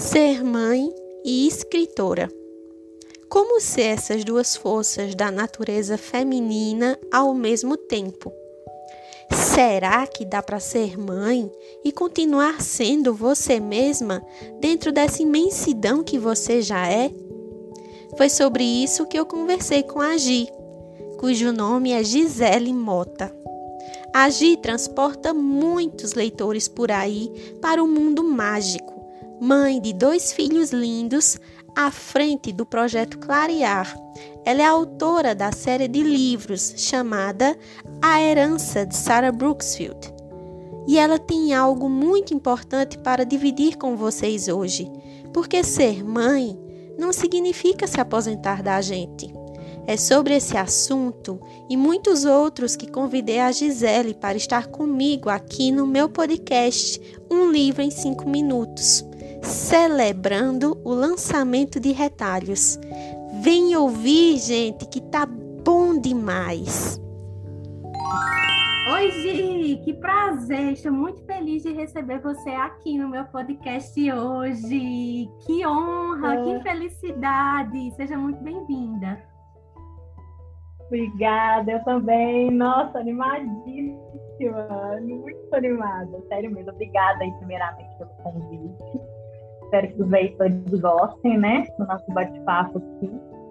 Ser mãe e escritora. Como ser essas duas forças da natureza feminina ao mesmo tempo? Será que dá para ser mãe e continuar sendo você mesma dentro dessa imensidão que você já é? Foi sobre isso que eu conversei com a Gi, cujo nome é Gisele Mota. A Gi transporta muitos leitores por aí para o mundo mágico. Mãe de 2 filhos lindos, à frente do projeto Clarear. Ela é autora da série de livros chamada A Herança de Sarah Brooksfield. E ela tem algo muito importante para dividir com vocês hoje, porque ser mãe não significa se aposentar da gente. É sobre esse assunto e muitos outros que convidei a Gisele para estar comigo aqui no meu podcast Um Livro em 5 Minutos, celebrando o lançamento de Retalhos. Vem ouvir, gente, que tá bom demais! Oi, Gi, que prazer! Estou muito feliz de receber você aqui no meu podcast hoje. Que honra, que felicidade! Seja muito bem-vinda. Obrigada, eu também. Nossa, animadíssima, muito animada. Sério mesmo, obrigada aí primeiramente pelo convite. Espero que os leitores gostem, né, do nosso bate-papo aqui.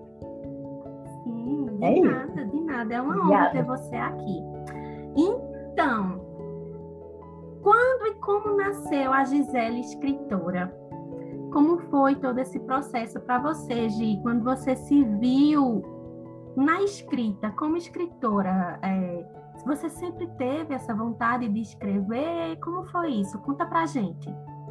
Sim, de nada. É uma honra ter você aqui. Então, quando e como nasceu a Gisele escritora? Como foi todo esse processo para você, Gi, quando você se viu na escrita, como escritora? Você sempre teve essa vontade de escrever? Como foi isso? Conta pra gente.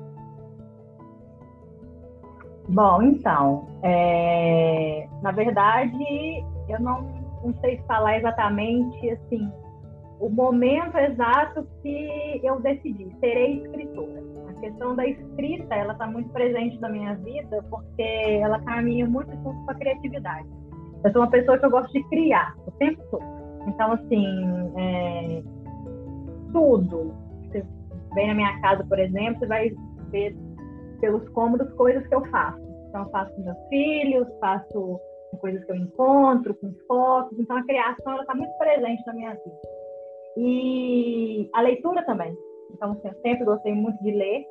Bom, então, na verdade, eu não sei falar exatamente, assim, o momento exato que eu decidi, serei escritora. A questão da escrita, ela está muito presente na minha vida, porque ela caminha muito junto com a criatividade. Eu sou uma pessoa que eu gosto de criar, o tempo todo. Então, assim, tudo. Você vem na minha casa, por exemplo, você vai ver pelos cômodos coisas que eu faço. Então, eu faço com meus filhos, faço com coisas que eu encontro, com fotos. Então, a criação está muito presente na minha vida. E a leitura também. Então, assim, eu sempre gostei muito de ler.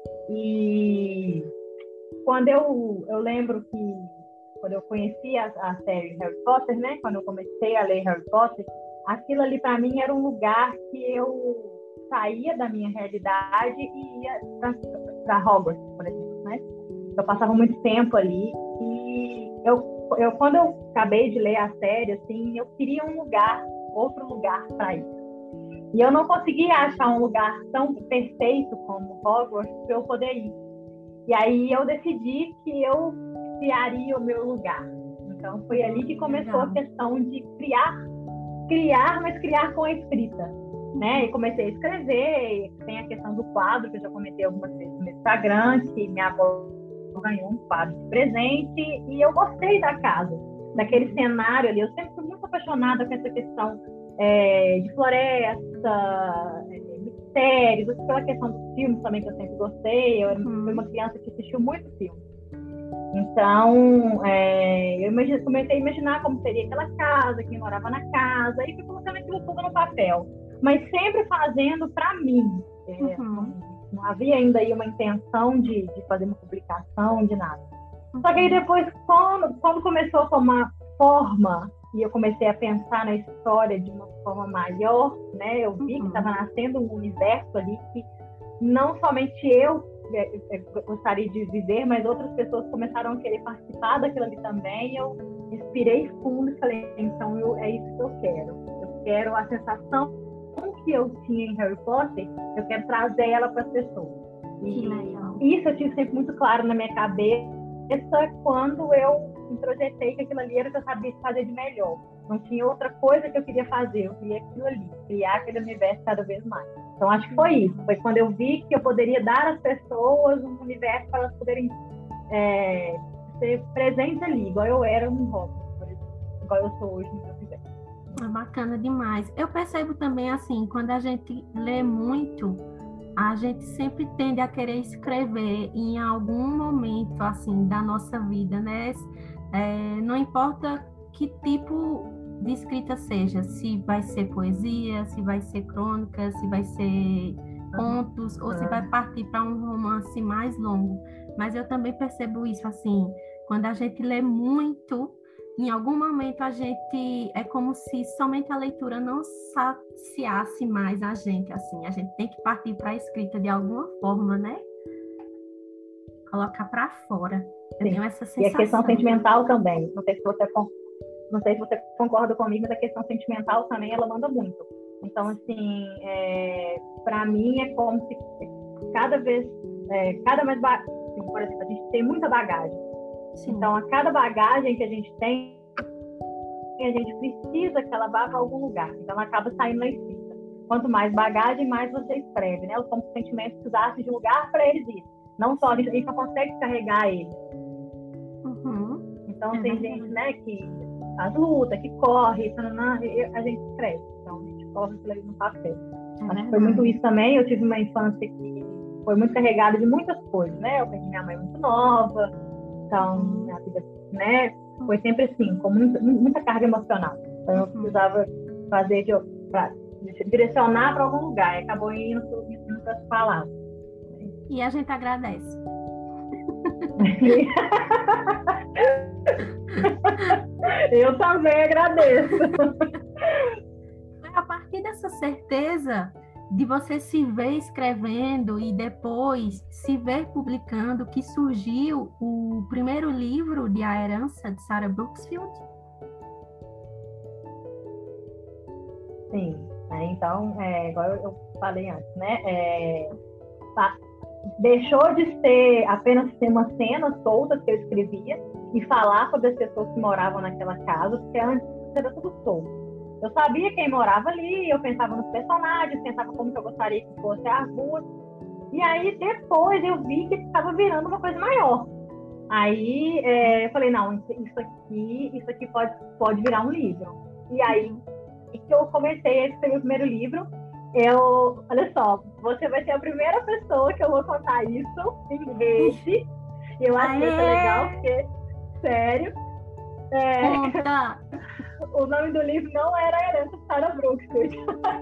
E quando eu lembro que quando eu conheci a série Harry Potter, né? Quando eu comecei a ler Harry Potter, aquilo ali para mim era um lugar que eu saía da minha realidade e ia para Hogwarts, por exemplo, né? Eu passava muito tempo ali e quando eu acabei de ler a série, assim, eu queria um lugar, outro lugar para ir. E eu não conseguia achar um lugar tão perfeito como Hogwarts para eu poder ir. E aí eu decidi que eu criaria o meu lugar. Então foi ali que começou a questão de criar, mas criar com a escrita, né? E comecei a escrever, tem a questão do quadro, que eu já comentei algumas vezes no Instagram, que minha avó ganhou um quadro de presente, e eu gostei da casa, daquele cenário ali. Eu sempre fui muito apaixonada com essa questão de floresta, mistérios, pela questão dos filmes também, que eu sempre gostei. Eu fui uma criança que assistiu muito filme. Então, eu comecei a imaginar como seria aquela casa, quem morava na casa, e fui colocando aquilo tudo no papel. Mas sempre fazendo para mim. Não havia ainda aí uma intenção de fazer uma publicação, de nada. Só que aí depois, quando começou a tomar forma, e eu comecei a pensar na história de uma forma maior, né? Eu vi que estava nascendo um universo ali que não somente eu gostaria de viver, mas outras pessoas começaram a querer participar daquilo ali também. Eu inspirei fundo e falei, então é isso que eu quero. Eu quero a sensação que eu tinha em Harry Potter, eu quero trazer ela para as pessoas. E isso eu tive sempre muito claro na minha cabeça quando eu introjetei que aquilo ali era o que eu sabia fazer de melhor. Não tinha outra coisa que eu queria fazer, eu queria aquilo ali, criar aquele universo cada vez mais. Então, acho que foi isso. Foi quando eu vi que eu poderia dar às pessoas um universo para elas poderem ser presentes ali, igual eu era no Hogwarts, por exemplo, igual eu sou hoje no meu universo. É bacana demais. Eu percebo também, assim, quando a gente lê muito, a gente sempre tende a querer escrever em algum momento, assim, da nossa vida, né? Não importa que tipo de escrita seja, se vai ser poesia, se vai ser crônica, se vai ser contos, ou se vai partir para um romance mais longo. Mas eu também percebo isso, assim, quando a gente lê muito, em algum momento a gente, é como se somente a leitura não saciasse mais a gente, assim, a gente tem que partir para a escrita de alguma forma, né? Colocar para fora. Eu tenho essa sensação. E a questão sentimental também, não sei se você concorda comigo, mas a questão sentimental também, ela manda muito. Então, assim, para mim é como se cada vez mais, assim, por exemplo, a gente tem muita bagagem. Sim. Então, a cada bagagem que a gente tem, a gente precisa que ela vá para algum lugar. Então, ela acaba saindo na escrita. Quanto mais bagagem, mais você escreve, né? Os sentimentos precisassem de um lugar para eles ir. Não só, a gente não consegue carregar eles. Então, tem gente, né, que faz luta, que corre, e a gente escreve. Então, a gente coloca aquilo no papel. Acho que foi muito isso também. Eu tive uma infância que foi muito carregada de muitas coisas, né? Eu perdi minha mãe muito nova. Então, minha vida, né, foi sempre assim, com muita carga emocional. Então, eu precisava fazer para direcionar para algum lugar. E acabou indo para as palavras. E a gente agradece. Eu também agradeço. A partir dessa certeza de você se ver escrevendo e depois se ver publicando, que surgiu o primeiro livro de A Herança, de Sarah Brooksfield? Sim, então, igual eu falei antes, né? Deixou de ser apenas ter umas cenas soltas que eu escrevia e falar sobre as pessoas que moravam naquela casa, porque antes era tudo solto. Eu sabia quem morava ali, eu pensava nos personagens, pensava como que eu gostaria que fosse as ruas. E aí, depois, eu vi que estava virando uma coisa maior. Aí, eu falei, não, isso aqui pode virar um livro. E aí, que eu comecei a escrever o primeiro livro, olha só, você vai ser a primeira pessoa que eu vou contar isso em rede. E eu achei isso legal, porque, sério, Conta! O nome do livro não era A Herança de Sarah Brooksfield.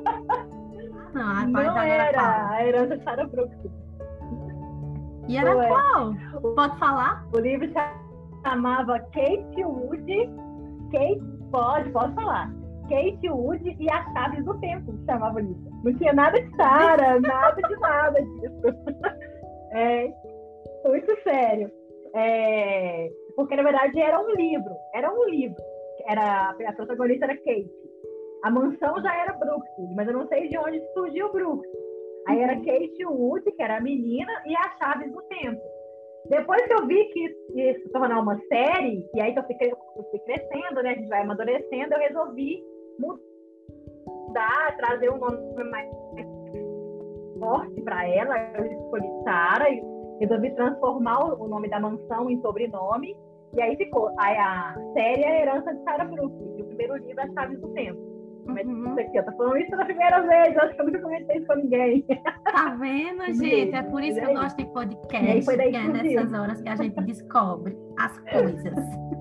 Não era A Herança de Sarah Brooksfield. E era qual? Pode falar? O livro se chamava Kate Wood. Pode falar. Kate Wood e as Chaves do Tempo, chamava o livro. Não tinha nada de Sarah, nada disso. Muito sério. Porque, na verdade, era um livro. A protagonista era Kate. A mansão já era Brooksfield, mas eu não sei de onde surgiu Brooksfield. Aí era Kate Wood, que era a menina, e as Chaves do Tempo. Depois que eu vi que isso se tornar uma série, e aí que eu fui crescendo, né? A gente vai amadurecendo, eu resolvi mudar, trazer um nome mais forte para ela. Eu escolhi Sarah e resolvi transformar o nome da mansão em sobrenome. E aí ficou. Aí a série é A Herança de Sarah Brooksfield. O primeiro livro é As Chaves do Tempo. Mas isso aqui, eu tô falando isso pela primeira vez. Eu acho que eu nunca comentei isso com ninguém. Tá vendo, gente? É por isso que eu gosto de podcast. Que é nessas horas que a gente descobre as coisas.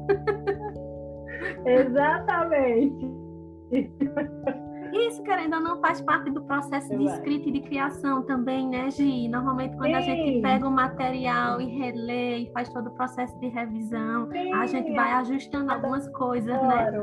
Exatamente. Isso, querendo ou não, faz parte do processo de escrita e de criação também, né, Gi? Normalmente, quando a gente pega o material e relê e faz todo o processo de revisão, a gente vai ajustando algumas coisas, né?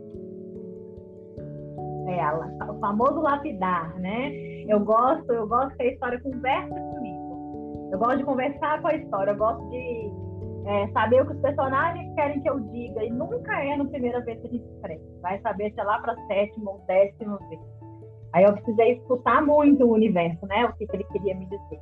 O famoso lapidar, né? Eu gosto que a história converse comigo. Eu gosto de conversar com a história, eu gosto de saber o que os personagens querem que eu diga, e nunca é na primeira vez que a gente escreve. Vai saber, sei lá, para a 7ª ou 10ª vez. Aí eu precisei escutar muito o universo, né? O que ele queria me dizer.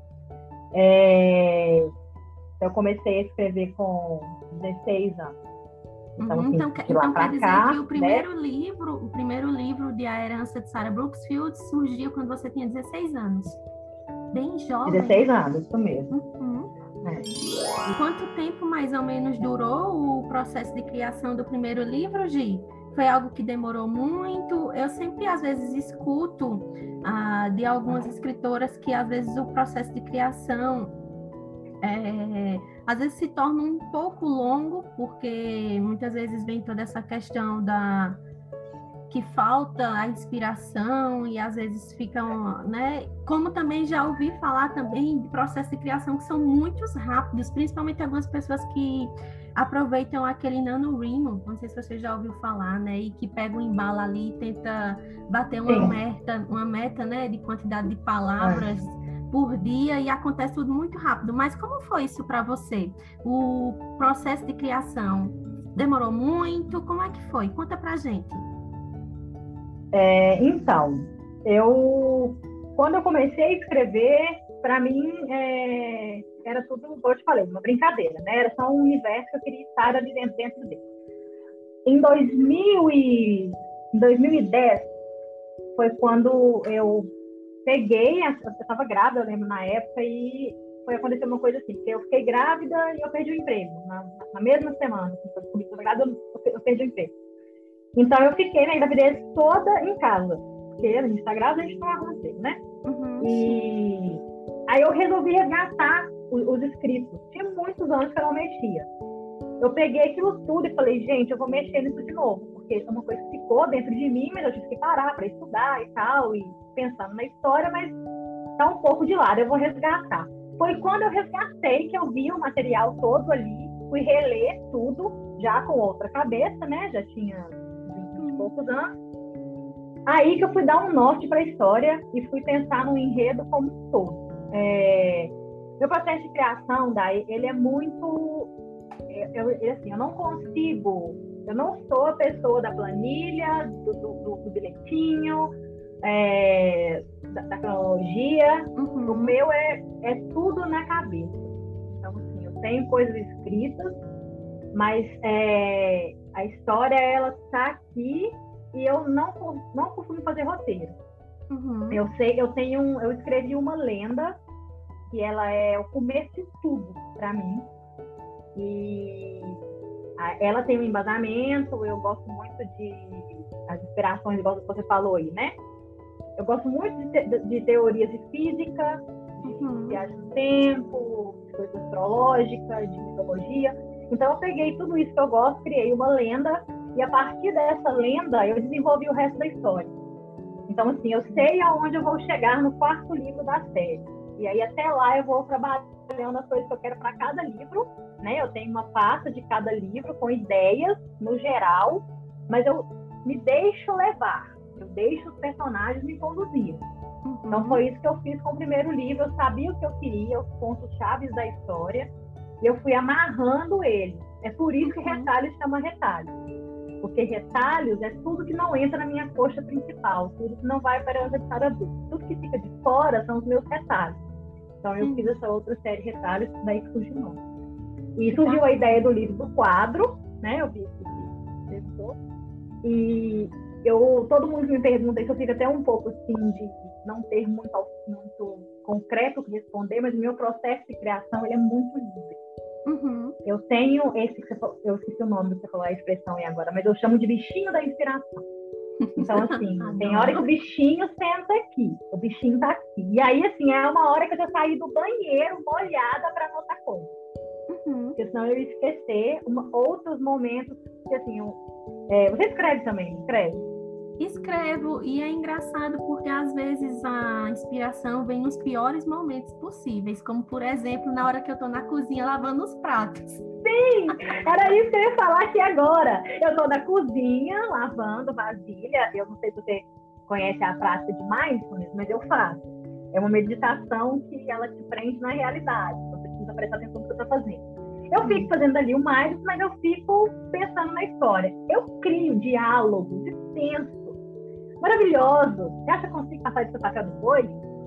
Eu comecei a escrever com 16 anos. Então quer dizer que o primeiro livro de A Herança de Sarah Brooksfield surgiu quando você tinha 16 anos. Bem jovem. 16 anos, isso mesmo. Quanto tempo mais ou menos durou o processo de criação do primeiro livro, Gi? Foi algo que demorou muito? Eu sempre, às vezes, escuto de algumas escritoras que às vezes o processo de criação às vezes se torna um pouco longo, porque muitas vezes vem toda essa questão que falta a inspiração e às vezes ficam, né? Como também já ouvi falar também de processos de criação que são muito rápidos, principalmente algumas pessoas que aproveitam aquele NaNoWriMo, não sei se você já ouviu falar, né? E que pega o embalo ali e tenta bater uma meta, né? De quantidade de palavras por dia e acontece tudo muito rápido. Mas como foi isso para você? O processo de criação demorou muito? Como é que foi? Conta pra gente. Então, quando eu comecei a escrever, para mim era tudo, como eu te falei, uma brincadeira, né? Era só um universo que eu queria estar ali dentro dele. Em 2010 foi quando eu peguei, eu estava grávida, eu lembro na época, e foi acontecer uma coisa assim, que eu fiquei grávida e eu perdi o emprego. Na mesma semana que eu estava grávida, eu perdi o emprego. Então, eu fiquei na gravidez toda em casa. Porque a gente está grávida, a gente não arruma emprego, né? E aí eu resolvi resgatar os escritos. Tinha muitos anos que eu não mexia. Eu peguei aquilo tudo e falei, gente, eu vou mexer nisso de novo. Porque é uma coisa que ficou dentro de mim, mas eu tive que parar para estudar e tal, e pensando na história, mas tá um pouco de lado, eu vou resgatar. Foi quando eu resgatei que eu vi o material todo ali, fui reler tudo, já com outra cabeça, né? Já tinha poucos anos, aí que eu fui dar um norte para a história e fui pensar no enredo como um todo. Meu processo de criação, ele é muito... eu não consigo... Eu não sou a pessoa da planilha, do bilhetinho, da cronologia. O meu é tudo na cabeça. Então, assim, eu tenho coisas escritas, mas a história, ela está aqui e eu não costumo fazer roteiro. Eu escrevi uma lenda que ela é o começo de tudo para mim. E ela tem um embasamento, eu gosto muito as inspirações, igual você falou aí, né? Eu gosto muito de teorias de física, de viagem no tempo, de coisas astrológicas, de mitologia. Então, eu peguei tudo isso que eu gosto, criei uma lenda, e a partir dessa lenda, eu desenvolvi o resto da história. Então, assim, eu sei aonde eu vou chegar no 4º livro da série. E aí, até lá, eu vou trabalhando as coisas que eu quero para cada livro, né? Eu tenho uma pasta de cada livro com ideias, no geral, mas eu me deixo levar. Eu deixo os personagens me conduzirem. Então, foi isso que eu fiz com o primeiro livro. Eu sabia o que eu queria, os pontos chaves da história, e eu fui amarrando ele. É por isso que retalhos chama retalhos. Porque retalhos é tudo que não entra na minha coxa principal, tudo que não vai para o retalho adulto. Tudo que fica de fora são os meus retalhos. Então, eu fiz essa outra série de retalhos, daí que surgiu o nome. E surgiu a ideia do livro do quadro, né? Eu vi esse e todo mundo me pergunta, isso eu fico até um pouco assim de não ter muito concreto o que responder, mas o meu processo de criação, ele é muito livre. Eu tenho eu esqueci o nome que você falou, a expressão aí agora, mas eu chamo de bichinho da inspiração. Então, assim, tem hora que o bichinho senta aqui, o bichinho tá aqui. E aí, assim, é uma hora que eu já saí do banheiro molhada para anotar coisa. Porque senão eu ia esquecer outros momentos que, assim, você escreve também, escreve? Escrevo, e é engraçado porque às vezes a inspiração vem nos piores momentos possíveis, como por exemplo, na hora que eu tô na cozinha lavando os pratos. Sim, era isso que eu ia falar aqui agora. Eu tô na cozinha lavando vasilha. Eu não sei se você conhece a prática de mindfulness, mas eu faço. É uma meditação que ela te prende na realidade. Você precisa prestar atenção no que você está fazendo. Eu fico fazendo ali o mindfulness, mas eu fico pensando na história. Eu crio diálogos extensos, maravilhosos. Você acha que eu consigo passar isso para papel depois?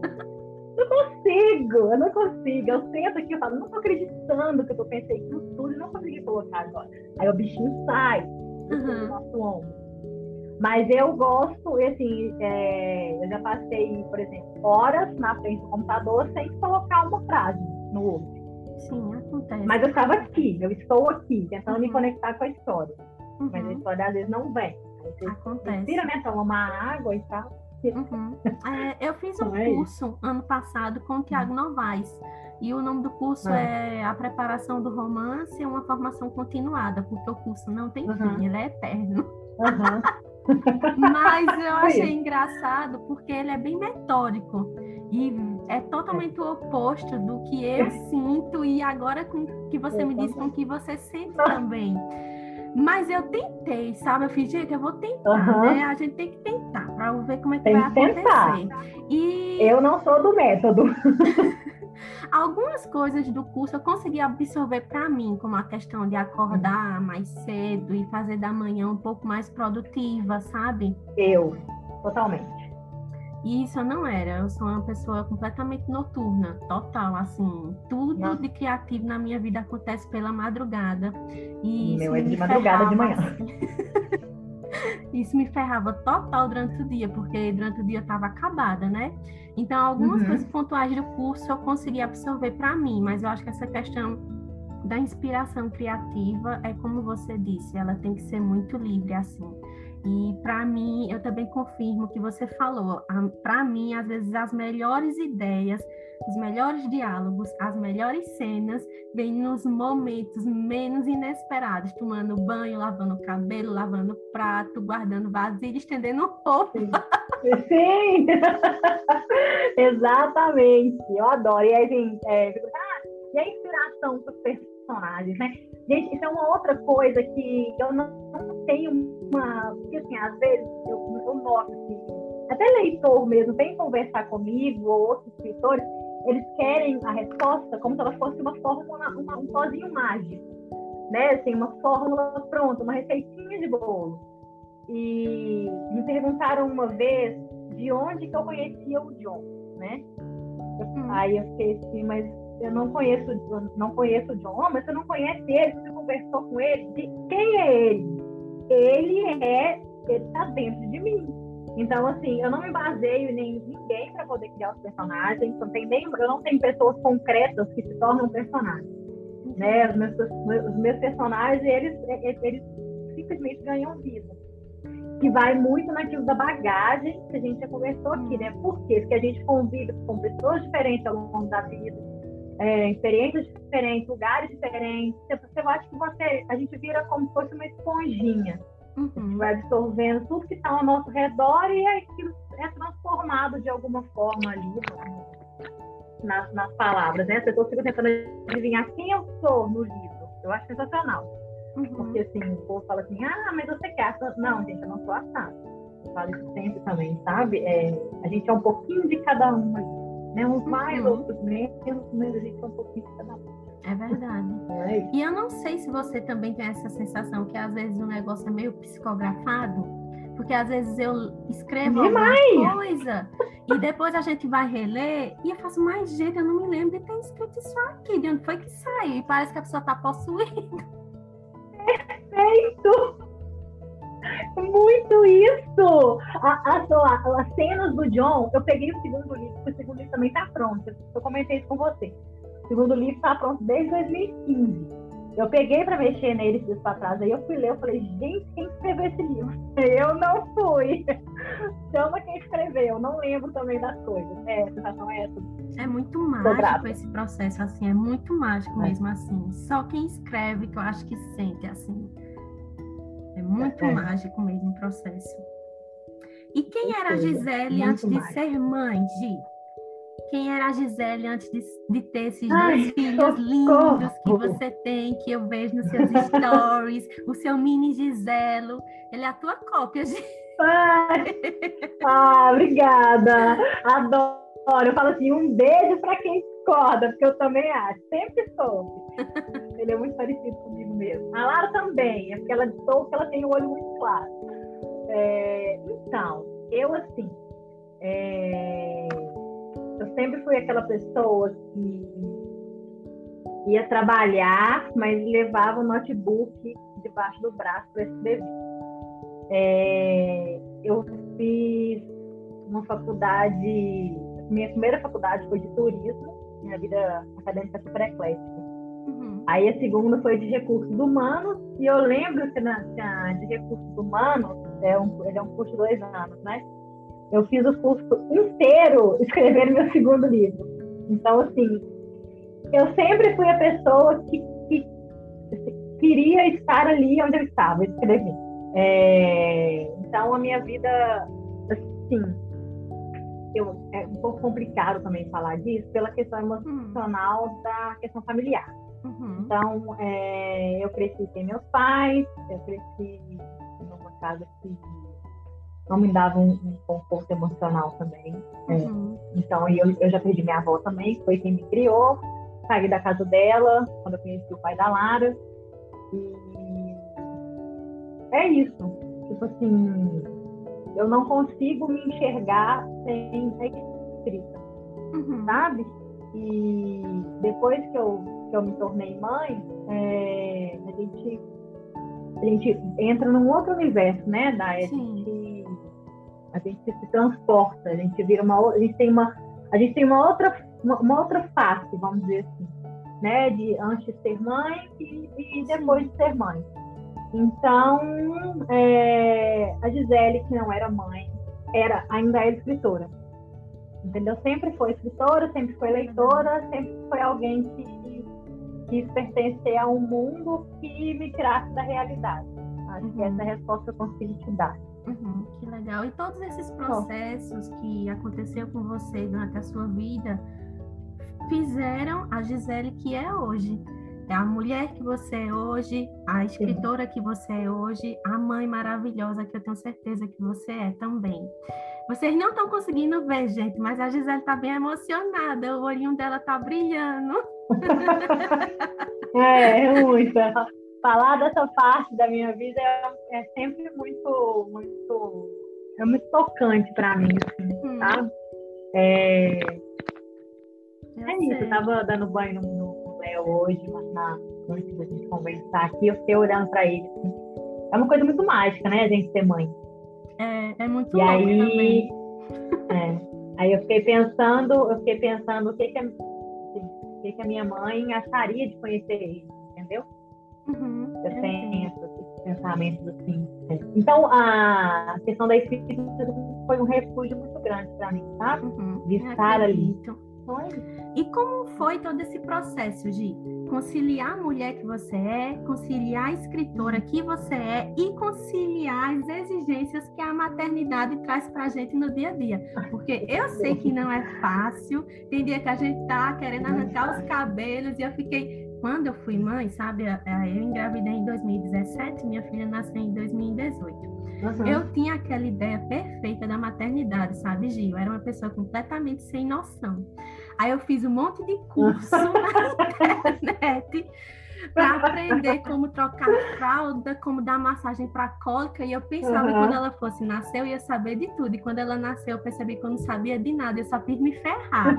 Eu não consigo. Eu sento aqui e falo, não tô acreditando que eu pensei isso tudo e não consegui colocar agora. Aí o bichinho sai do nosso ombro. Mas eu gosto, assim, eu já passei, por exemplo, horas na frente do computador sem colocar uma frase no outro. Sim, acontece. Mas eu estava aqui, eu estou aqui, tentando me conectar com a história. Mas a história às vezes não vem. Aí você acontece. respira, né? Toma uma água e tal. Uhum. Eu fiz um curso ano passado com o Tiago Novaes. E o nome do curso é A Preparação do Romance e uma Formação Continuada, porque o curso não tem fim, ele é eterno. Mas eu achei engraçado porque ele é bem metódico e é totalmente o oposto do que eu sinto e agora com que você me disse com que você sente também. Mas eu tentei, sabe? Eu fiz, gente, eu vou tentar, né? A gente tem que tentar para ver como é que vai acontecer. E eu não sou do método. Algumas coisas do curso eu consegui absorver para mim, como a questão de acordar mais cedo e fazer da manhã um pouco mais produtiva, sabe? Totalmente. E isso eu não era, eu sou uma pessoa completamente noturna, total, assim, tudo de criativo na minha vida acontece pela madrugada. E meu é de madrugada, de manhã. Isso me ferrava total durante o dia, porque durante o dia eu estava acabada, né? Então, algumas coisas pontuais do curso eu consegui absorver para mim, mas eu acho que essa questão da inspiração criativa é como você disse, ela tem que ser muito livre, assim. E para mim, eu também confirmo o que você falou. Para mim, às vezes, as melhores ideias, os melhores diálogos, as melhores cenas vêm nos momentos menos inesperados, tomando banho, lavando o cabelo, lavando o prato, guardando vasilha, estendendo roupa. Sim. Exatamente. Eu adoro. E aí, assim, e a inspiração para os personagens, né? Gente, isso é uma outra coisa que eu não tenho uma... Porque, assim, às vezes eu noto que até leitor mesmo vem conversar comigo, ou outros escritores, eles querem a resposta como se ela fosse uma fórmula, um pozinho mágico, né? Assim, uma fórmula pronta, uma receitinha de bolo. E me perguntaram uma vez de onde que eu conhecia o John, né? Aí eu fiquei assim, mas eu não conheço o John, mas você não conhece ele, você conversou com ele, de quem é ele? Ele está dentro de mim. Então, assim, eu não me baseio em ninguém para poder criar os personagens, eu não tenho pessoas concretas que se tornam personagens, né? Os meus personagens, eles simplesmente ganham vida, que vai muito naquilo da bagagem que a gente já conversou aqui, né? Por quê? Porque a gente convive com pessoas diferentes ao longo da vida, experiências diferentes, lugares diferentes. Eu acho que a gente vira como se fosse uma esponjinha. A gente vai absorvendo tudo que está ao nosso redor e aquilo é transformado de alguma forma ali nas palavras, né? As pessoas ficam tentando adivinhar quem eu sou no livro. Eu acho sensacional. Porque, assim, o povo fala assim, mas você quer? Não, gente, eu não sou assado. Eu falo isso sempre também, sabe? A gente é um pouquinho de cada um ali, né? Uns mais, outros menos, mas a gente é um pouquinho de cada um. É verdade. E eu não sei se você também tem essa sensação que às vezes o negócio é meio psicografado, porque às vezes eu escrevo alguma coisa e depois a gente vai reler e eu faço, mas gente, eu não me lembro de ter escrito isso aqui, de onde foi que saiu? E parece que a pessoa está possuída. Perfeito! Muito isso! As cenas do John, eu peguei o segundo livro, porque o segundo livro também está pronto. Eu comentei isso com você. O segundo livro está pronto desde 2015. Eu peguei para mexer nele esses dias para trás, aí eu fui ler, eu falei, gente, quem escreveu esse livro? Eu não fui. Chama quem escreveu, não lembro também das coisas. A sensação é essa. É muito mágico esse processo, assim, é muito mágico mesmo, assim. Só quem escreve que eu acho que sente, assim. É muito mágico mesmo o processo. E quem era a Gisele antes de ser mãe, Gi? Quem era a Gisele antes de ter esses dois filhos lindos que você tem, que eu vejo nos seus stories, o seu mini Giselo? Ele é a tua cópia, Gi. Obrigada. Adoro. Eu falo assim, um beijo para quem discorda, porque eu também acho. Sempre soube. Ele é muito parecido comigo mesmo. A Lara também, é porque ela distou que ela tem o olho muito claro. Então, eu assim, eu sempre fui aquela pessoa que ia trabalhar, mas levava o notebook debaixo do braço para escrever. Eu fiz uma faculdade, minha primeira faculdade foi de turismo, minha vida acadêmica super eclética. Aí a segunda foi de recursos humanos, e eu lembro que de recursos humanos, ele é um curso de 2 anos, né? eu fiz o curso inteiro escrevendo meu segundo livro. Então, assim, eu sempre fui a pessoa que queria estar ali onde eu estava, escrevendo. Então, a minha vida, assim, é um pouco complicado também falar disso pela questão emocional da questão familiar. Então, eu cresci sem meus pais, eu cresci numa casa que não me dava um conforto emocional também. Então, eu já perdi minha avó também, que foi quem me criou. Saí da casa dela quando eu conheci o pai da Lara. E é isso. Tipo assim, eu não consigo me enxergar sem a escrita, sabe? E depois que eu me tornei mãe, a gente entra num outro universo, né, Day? A gente se transporta, a gente vira a gente tem uma outra face, vamos dizer assim, né, de antes de ser mãe e depois de ser mãe. Então, a Gisele, que não era mãe, ainda é escritora, entendeu? Sempre foi escritora, sempre foi leitora, sempre foi alguém que quis pertencer a um mundo que me tirasse da realidade. Acho que essa é a resposta que eu consigo te dar. Que legal. E todos esses processos que aconteceu com você durante a sua vida fizeram a Gisele que é hoje. É a mulher que você é hoje, a escritora que você é hoje, a mãe maravilhosa que eu tenho certeza que você é também. Vocês não estão conseguindo ver, gente, mas a Gisele está bem emocionada, o olhinho dela está brilhando. Muito. Falar dessa parte da minha vida é sempre muito, muito, muito tocante para mim, assim, sabe? Isso, eu estava dando banho no Léo hoje, antes da gente conversar aqui, eu fiquei olhando para ele. Assim. É uma coisa muito mágica, né, a gente ser mãe. É muito louco também. Aí eu fiquei pensando o que a minha mãe acharia de conhecer ele, entendeu? Eu tenho esses pensamentos assim. Então, a questão da escrita foi um refúgio muito grande para mim, sabe? De estar ali. E como foi todo esse processo de conciliar a mulher que você é, conciliar a escritora que você é e conciliar as exigências que a maternidade traz para a gente no dia a dia? Porque eu sei que não é fácil, tem dia que a gente tá querendo arrancar os cabelos e eu fiquei... Quando eu fui mãe, sabe, eu engravidei em 2017, minha filha nasceu em 2018. Eu tinha aquela ideia perfeita da maternidade, sabe, Gil? Eu era uma pessoa completamente sem noção. Aí eu fiz um monte de curso na internet para aprender como trocar fralda, como dar massagem para cólica, e eu pensava que quando ela fosse nascer, eu ia saber de tudo. E quando ela nasceu, eu percebi que eu não sabia de nada, eu só fiz me ferrar.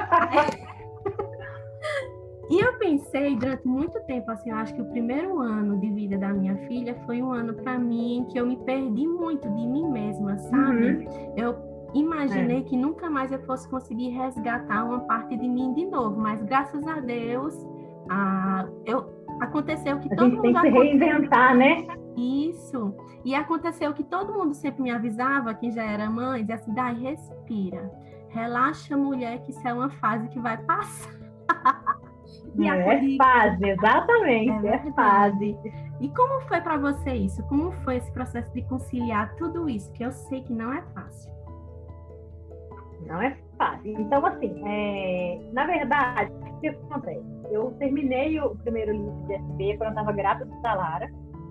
E eu pensei durante muito tempo, assim, eu acho que o primeiro ano de vida da minha filha foi um ano para mim em que eu me perdi muito de mim mesma, sabe? Eu imaginei que nunca mais eu fosse conseguir resgatar uma parte de mim de novo, mas graças a Deus, aconteceu que todo mundo... A gente tem que se reinventar, né? Isso. E aconteceu que todo mundo sempre me avisava, quem já era mãe, dizia assim, Day, respira, relaxa, mulher, que isso é uma fase que vai passar. É fase, exatamente, é fase. E como foi para você isso? Como foi esse processo de conciliar tudo isso? Que eu sei que não é fácil. Não é fácil. Então, assim, na verdade, o que acontece? Eu terminei o primeiro livro de SP quando eu estava grávida da Lara.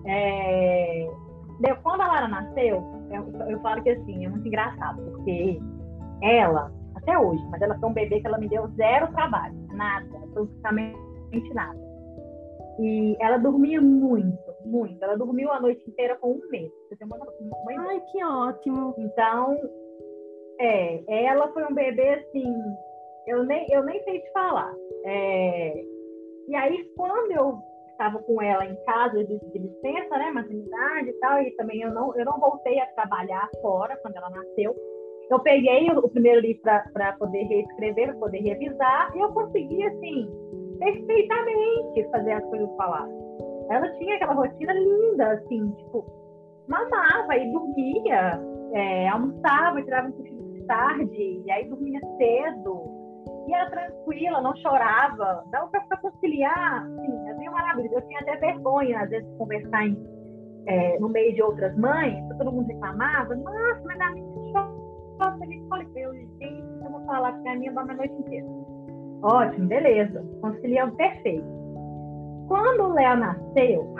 Quando a Lara nasceu, eu falo que assim, é muito engraçado, porque ela... até hoje, mas ela foi um bebê que ela me deu zero trabalho, nada, absolutamente nada. E ela dormia muito, muito. Ela dormiu a noite inteira com 1 mês. Você tem uma ideia? Ai, que ótimo! Então, ela foi um bebê assim, eu nem sei te falar. E aí, quando eu estava com ela em casa de licença, né, maternidade e tal, e também eu não voltei a trabalhar fora quando ela nasceu. Eu peguei o primeiro livro para poder reescrever, para poder revisar, e eu consegui, assim, perfeitamente fazer as coisas falar. Ela tinha aquela rotina linda, assim, tipo, mamava e dormia. almoçava, tirava um cochilo de tarde, e aí dormia cedo, e era tranquila, não chorava. Dava para conciliar, sim, havia maravilha. Eu tinha até vergonha, às vezes, de conversar no meio de outras mães, todo mundo reclamava, nossa, mas a minha chora, eu vou falar que a minha dorme a noite inteira. Ótimo, beleza, conciliamos perfeito. Quando o Léo nasceu,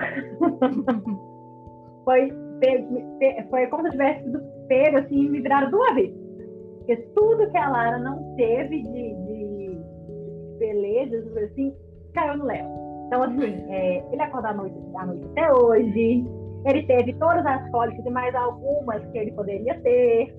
foi como se eu tivesse sido pego, assim, e me viraram duas vezes. Porque tudo que a Lara não teve de beleza, assim, caiu no Léo. Então, assim, ele acorda à noite até hoje, ele teve todas as cólicas e mais algumas que ele poderia ter.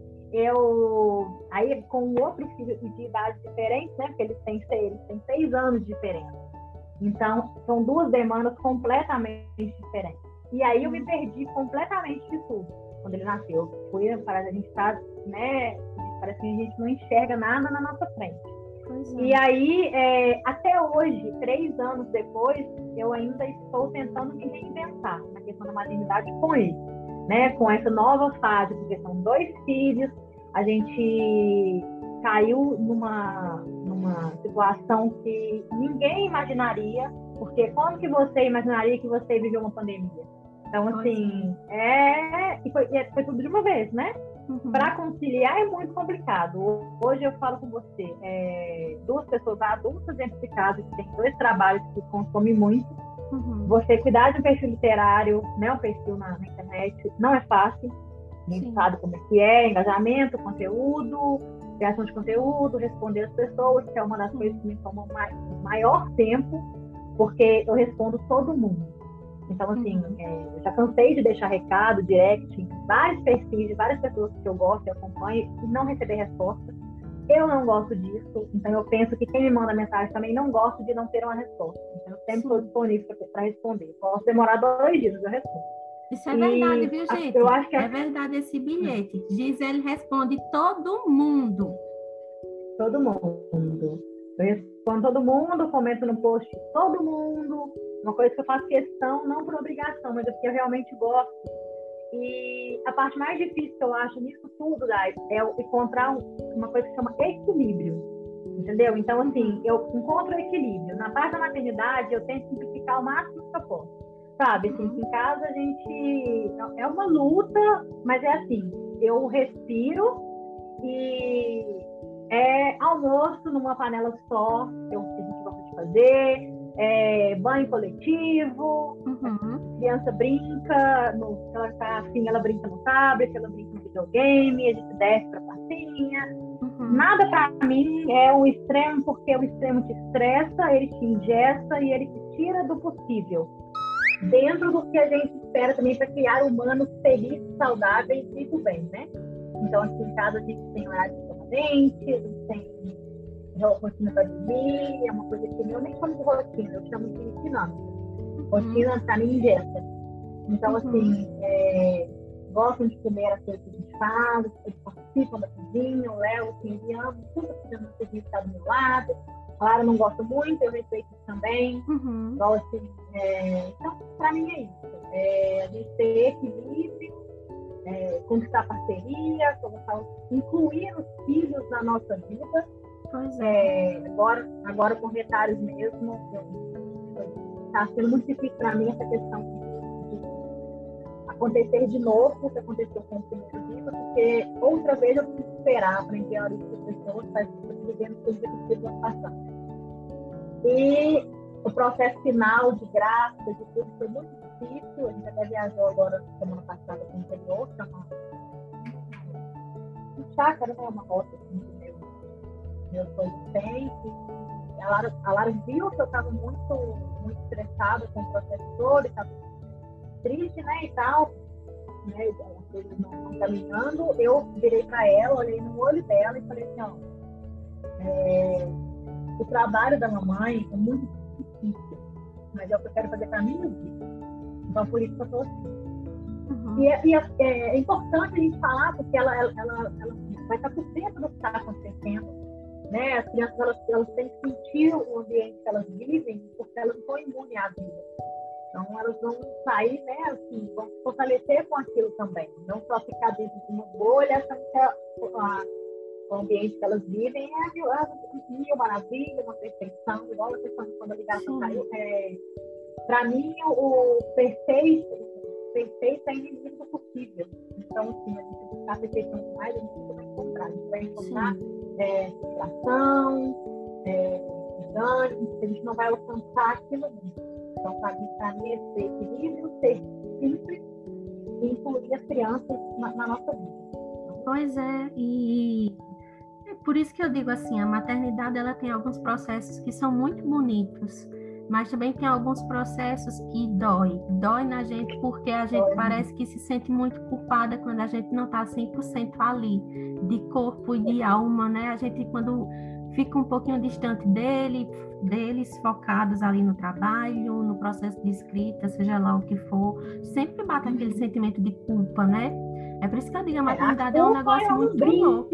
Aí, com outro filho de idade diferente, né, porque eles têm 6 anos de diferença. Então, são duas demandas completamente diferentes. E aí eu me perdi completamente de tudo quando ele nasceu. Parece que a gente está, né? Parece que a gente não enxerga nada na nossa frente. E aí, até hoje, 3 anos depois, eu ainda estou tentando me reinventar na questão da maternidade com ele, né? Com essa nova fase, porque são 2 filhos, a gente caiu numa situação que ninguém imaginaria, porque como que você imaginaria que você viveu uma pandemia? Então, assim, e foi tudo de uma vez, né? Para conciliar é muito complicado. Hoje eu falo com você, 2 pessoas adultas dentro de casa, que tem 2 trabalhos que consomem muito. Você cuidar de um perfil literário, né, um perfil na internet, não é fácil. A gente sabe como é que engajamento, conteúdo, criação de conteúdo, responder as pessoas, que é uma das coisas que me toma maior tempo, porque eu respondo todo mundo. Então, assim, eu já cansei de deixar recado, direct, em vários perfis de várias pessoas que eu gosto e acompanho e não receber resposta. Eu não gosto disso, então eu penso que quem me manda mensagem também não gosta de não ter uma resposta. Então, eu sempre estou disponível para responder. Posso demorar 2 dias, mas eu respondo. Isso é verdade, viu, gente? Eu acho que é verdade esse bilhete. Gisele responde todo mundo. Todo mundo. Eu respondo todo mundo, comento no post todo mundo. Uma coisa que eu faço questão, não por obrigação, mas é porque eu realmente gosto. E a parte mais difícil que eu acho nisso tudo, Dai, é encontrar uma coisa que chama equilíbrio. Entendeu? Então, assim, eu encontro equilíbrio. Na parte da maternidade, eu tento simplificar o máximo que eu posso. Sabe, assim, em casa a gente... É uma luta, mas é assim, eu respiro e almoço numa panela só, que a gente gosta de fazer, banho coletivo, a criança brinca, se ela tá assim, ela brinca no tablet, ela brinca no videogame, a gente desce pra passinha. Nada pra mim é o extremo, porque o extremo te estressa, ele te ingessa e ele te tira do possível. Dentro do que a gente espera também para criar humanos felizes, saudáveis e do bem, né? Então, aqui em casa a gente tem horário de permanente, a gente tem rotina para dormir, é uma coisa que eu nem chamo de rotina, eu chamo de dinâmica. Rotina para mim ingessa. Então, assim, gostam de comer as coisas que a gente faz, eles participam da cozinha, o Léo, assim, ele ama, tudo que a cozinha está do meu lado. A Lara não gosta muito, eu respeito isso também. Então, para mim é isso. A gente ter equilíbrio, conquistar parceria, incluir os filhos na nossa vida. Agora com retalhos mesmo, está sendo muito difícil para mim essa questão de acontecer de novo o que aconteceu com o primeiro dia, porque outra vez eu preciso esperar para enviar isso para as pessoas, para vivendo tudo que eu preciso passar. E o processo final de grávidas e tudo foi muito difícil. A gente até viajou agora semana passada para o interior, para uma chácara, né? Uma rota assim, que meus pais têm. E a Lara viu que eu estava muito, muito estressada com o processo todo, estava triste, né? E tal, né? As coisas não caminhando. Eu virei para ela, olhei no olho dela e falei assim: o trabalho da mamãe é muito difícil, mas é o que eu quero fazer para mim. Então, por isso que eu estou assim. E é importante a gente falar, porque ela vai estar por dentro do que está acontecendo, né? As crianças elas têm que sentir o ambiente que elas vivem, porque elas não são imunes à vida. Então, elas vão sair, né, assim, vão se fortalecer com aquilo também. Não só ficar dentro de uma bolha, achando que o ambiente que elas vivem é mil maravilha, uma perfeição, igual a questão de quando a ligação saiu. Para mim, o perfeito é inimigo do possível. Então, assim, a gente buscar a perfeição demais, a gente vai encontrar. A gente vai encontrar frustração, desânimo, a gente não vai alcançar aquilo mesmo. Então, para mim, esse equilíbrio, ser simples e incluir as crianças na nossa vida. Pois é, e é por isso que eu digo assim, a maternidade ela tem alguns processos que são muito bonitos, mas também tem alguns processos que dói na gente, porque a gente parece que se sente muito culpada quando a gente não está 100% ali, de corpo e de alma, né? A gente, quando fica um pouquinho distante deles, focados ali no trabalho, no processo de escrita, seja lá o que for, sempre bate aquele sentimento de culpa, né? É por isso que eu digo, a maternidade é um negócio muito louco.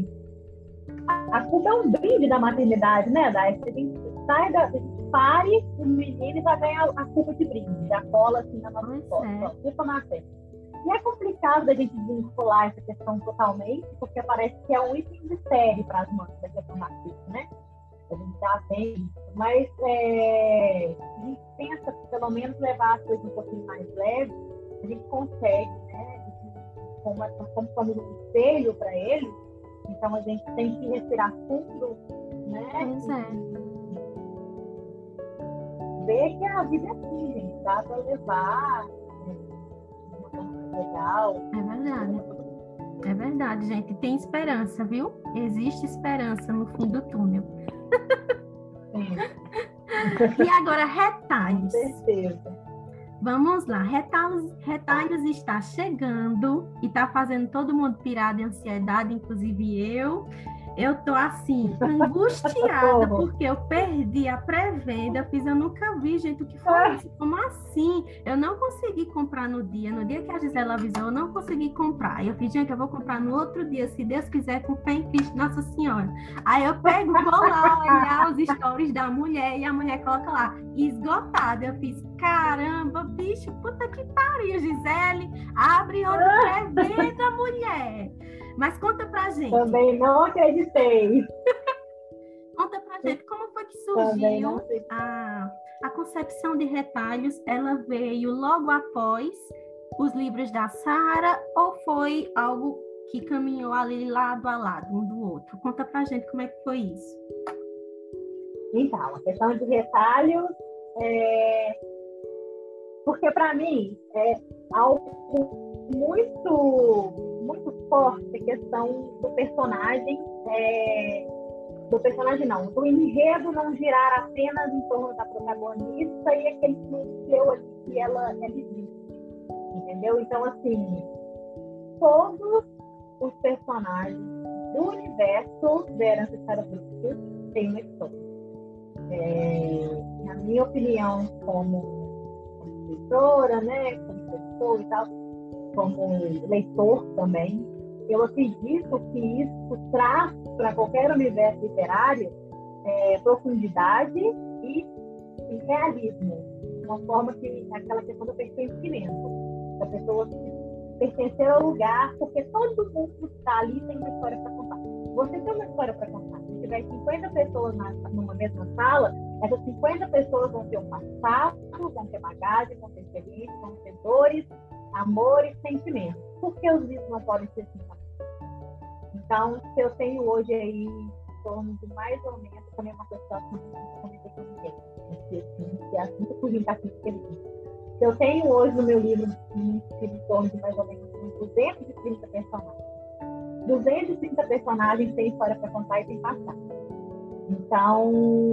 A culpa é um brinde da maternidade, né, Dai? A gente pare o menino e vai ganhar a culpa de brinde, a cola assim na nossa escola. E é complicado da gente vincular essa questão totalmente, porque parece que é um item de série para as mães da questão da culpa, né? A gente já tem, mas a gente pensa que pelo menos levar as coisas um pouquinho mais leves, a gente consegue, né? Como somos um espelho para eles, então a gente tem que respirar fundo, né? Ver que a vida é assim, gente, dá para levar de uma forma legal. É verdade, gente. Tem esperança, viu? Existe esperança no fim do túnel. E agora, retalhos. Com certeza. Vamos lá, retalhos está chegando e está fazendo todo mundo pirar de ansiedade, inclusive eu. Eu tô assim, angustiada, porque eu perdi a pré-venda, eu nunca vi, gente, o que foi isso? Como assim? Eu não consegui comprar no dia que a Gisela avisou, eu não consegui comprar. Aí eu fiz, gente, eu vou comprar no outro dia, se Deus quiser, com fé em Cristo, Nossa Senhora. Aí eu vou lá olhar os stories da mulher, e a mulher coloca lá, esgotada. Eu fiz, caramba, bicho, puta que pariu, Gisele, abre outra pré-venda, mulher. Mas conta pra gente. Também não acreditei. Conta pra gente como foi que surgiu a concepção de retalhos. Ela veio logo após os livros da Sara ou foi algo que caminhou ali lado a lado, um do outro? Conta pra gente como é que foi isso. Então, a questão de retalhos porque para mim é algo muito forte a questão do personagem, do enredo não girar apenas em torno da protagonista e aquele núcleo ali que ela existe, entendeu? Então, assim, todos os personagens do universo da Herança de Sarah Brooks têm uma história. Na minha opinião, como leitora, né, como pessoa e tal, como leitor também, eu acredito que isso traz para qualquer universo literário profundidade e realismo, uma forma que aquela questão do pertencimento, da pessoa pertencer ao lugar, porque todo mundo que está ali tem uma história para contar. Você tem uma história para contar. Se tiver 50 pessoas numa mesma sala, essas 50 pessoas vão ter um passado, vão ter bagagem, vão ter experiência, vão ter dores, amores, sentimentos. Por que os livros não podem ser assim também? Então, se eu tenho hoje aí em torno de mais ou menos, também uma questão que eu comentei com ninguém, que é assim que eu fui aqui feliz. Se eu tenho hoje no meu livro em torno de mais ou menos 230 personagens. 230 personagens têm história para contar e têm passado. Então,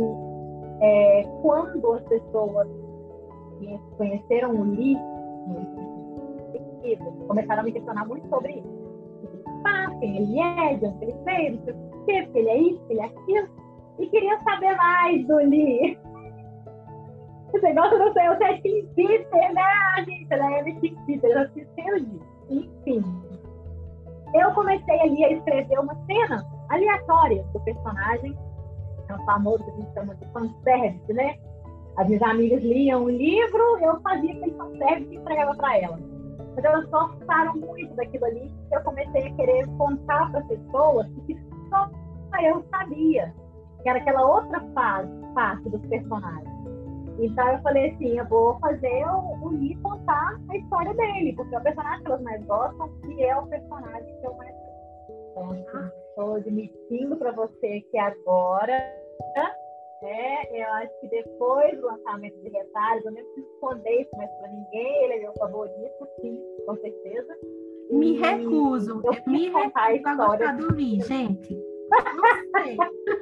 quando as pessoas que conheceram o livro, começaram a me questionar muito sobre isso. Quem ele é, de onde ele veio, não sei o quê, porque ele é isso, ele é aquilo, e queriam saber mais do Lee. Esse negócio não sei, eu sei Tim Peter, né, gente? Ela é Tim Peter, eu assisti disso. Enfim, eu comecei ali a escrever uma cena aleatória do personagem, é o famoso que a gente chama de fanservice, né? As minhas amigas liam o livro, eu fazia aquele fanservice e entregava para elas. Mas elas gostaram muito daquilo ali, que eu comecei a querer contar para as pessoas que só eu sabia, que era aquela outra parte dos personagens. Então eu falei assim, eu vou fazer o Lee contar a história dele, porque é o personagem que elas mais gostam e é o personagem que eu mais gosto. Então, estou admitindo para você que agora, eu acho que depois do lançamento de Retalhos, eu nem preciso esconder isso mais para ninguém, ele é meu favorito, sim, com certeza. Me recuso a gostar do Lee, gente. Não sei.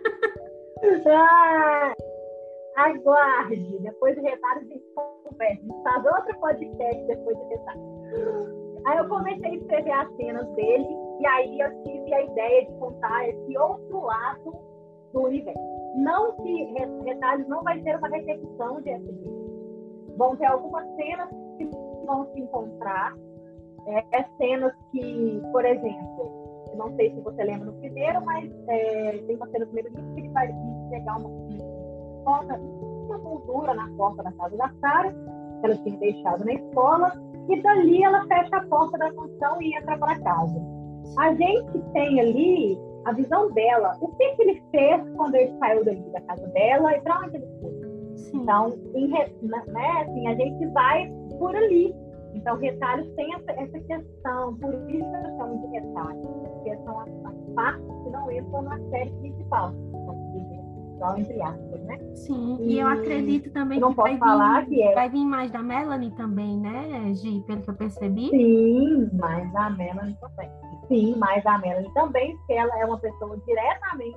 Aguarde, depois de Retalhos a gente conversa, a gente faz outro podcast depois de Retalhos. Aí eu comecei a escrever as cenas dele, e aí eu tive a ideia de contar esse outro lado do universo. Não que Retalhos não vai ter uma repetição de SD. Vão ter algumas cenas que vão se encontrar, cenas que, por exemplo, não sei se você lembra no primeiro, mas tem uma cena no primeiro livro que ele vai pegar uma moldura na porta da casa da Sarah, que ela tinha deixado na escola, e dali ela fecha a porta da mansão e entra para casa. A gente tem ali a visão dela, o que ele fez quando ele saiu dali da casa dela e para onde ele foi. Sim. Então, assim, a gente vai por ali. Então, Retalhos tem essa questão, por isso eu chamo de Retalhos, porque são as partes que não entram na série principal. Entre aspas, né? Sim, e eu acredito também que vai vir mais da Melanie também, né, Gi, pelo que eu percebi? Sim, mais da Melanie também. Sim, mais da Melanie também, porque ela é uma pessoa diretamente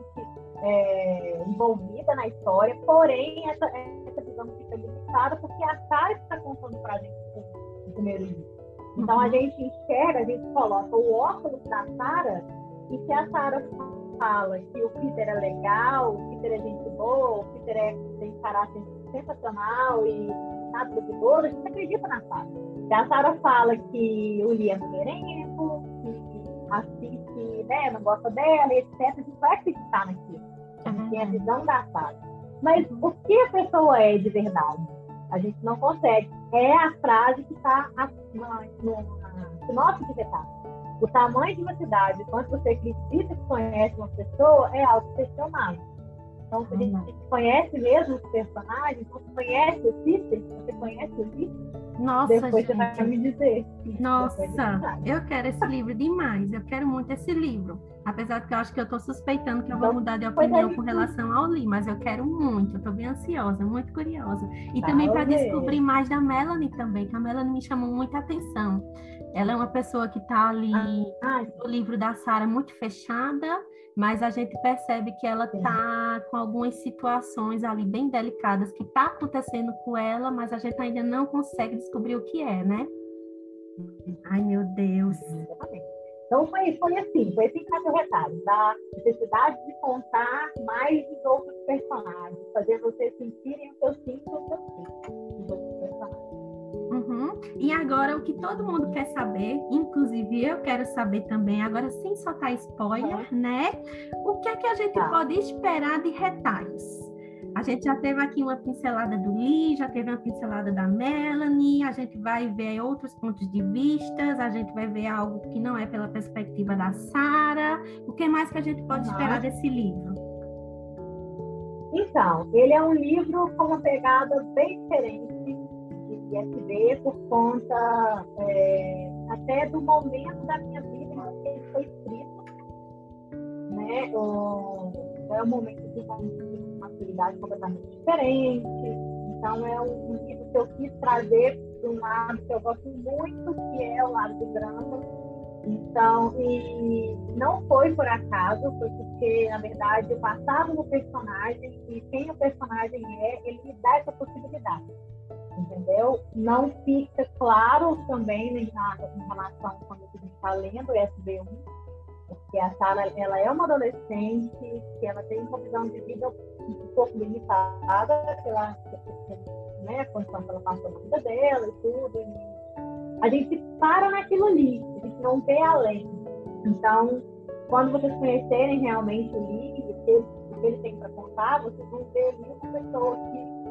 envolvida na história, porém essa visão fica limitada porque a Sarah está contando para a gente no primeiro livro. Então a gente enxerga, a gente coloca o óculos da Sarah, e se a Sarah fala que o Peter é legal, o Peter é gente boa, o Peter tem caráter sensacional e nada duvidoso, a gente acredita na Sarah. Se a Sarah fala que o Lee é mulherengo, que a Cici, não gosta dela, etc., a gente vai acreditar naquilo. A gente tem a visão da Sarah. Mas o que a pessoa é de verdade? A gente não consegue. É a frase que está no nosso de Retalhos. O tamanho de uma cidade, quando você acredita que conhece uma pessoa, é algo questionável. Então, se a gente conhece mesmo os personagens, você conhece o Peter, você conhece o Lee, nossa, depois gente. você vai me dizer. Nossa, eu quero esse livro demais. Eu quero muito esse livro. Apesar de que eu acho que eu estou suspeitando que eu vou mudar de opinião com relação ao Lee, mas eu quero muito. Eu estou bem ansiosa, muito curiosa. E também para descobrir mais da Melanie também, que a Melanie me chamou muita atenção. Ela é uma pessoa que está ali no livro da Sarah muito fechada, mas a gente percebe que ela está com algumas situações ali bem delicadas que está acontecendo com ela, mas a gente ainda não consegue descobrir o que é, né? Ai, meu Deus. Então foi assim que nasceu o Retalhos, da necessidade de contar mais dos outros personagens, fazer vocês sentirem o que eu sinto, o que eu sinto dos outros personagens. E agora o que todo mundo quer saber, inclusive eu quero saber também, agora sem soltar spoiler, né? O que é que a gente pode esperar de Retalhos? A gente já teve aqui uma pincelada do Lee, já teve uma pincelada da Melanie, a gente vai ver outros pontos de vista, a gente vai ver algo que não é pela perspectiva da Sarah. O que mais que a gente pode esperar desse livro? Então, ele é um livro com uma pegada bem diferente de SD por conta até do momento da minha vida em que ele foi escrito, né? É um momento de uma atividade completamente diferente. Então, é um livro que eu quis trazer de um lado que eu gosto muito, que é o lado do drama. Então, e não foi por acaso, foi porque, na verdade, eu passava no personagem e quem o personagem ele me dá essa possibilidade. Entendeu? Não fica claro também em relação a quando a gente está lendo o SB1, porque a Sarah, ela é uma adolescente que ela tem uma visão de vida um pouco limitada pela condição que ela passou na vida dela e tudo, e a gente para naquilo ali, a gente não vê além. Então, quando vocês conhecerem realmente o livro, o que ele tem para contar, vocês vão ver ali uma pessoa que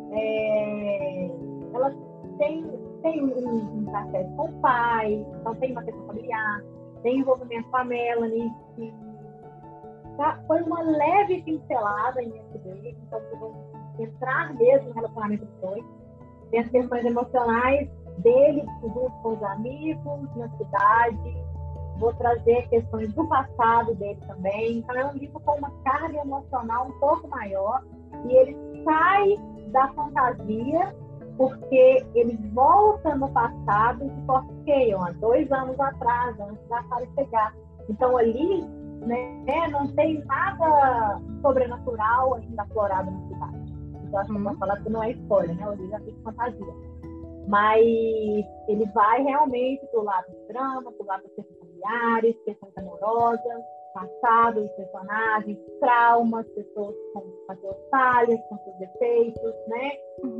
Elas têm um acesso com o pai, então tem uma questão familiar, tem envolvimento com a Melanie, que foi uma leve pincelada em SD, então vocês vão entrar mesmo no relacionamento dos dois. Tem as questões emocionais dele, junto com os amigos, na cidade. Vou trazer questões do passado dele também. Então, é um livro com uma carga emocional um pouco maior. E ele sai da fantasia, porque ele volta no passado e se forqueiam há 2 anos atrás, antes da Sara chegar. Então, ali, né, não tem nada sobrenatural ainda aflorado na cidade. Então, acho que eu posso falar que não é spoiler, né? O livro já fica fantasia. Mas ele vai realmente do lado do drama, do lado das questões familiares, questões amorosas, passado dos personagens, traumas, pessoas com as suas falhas, com seus defeitos, né?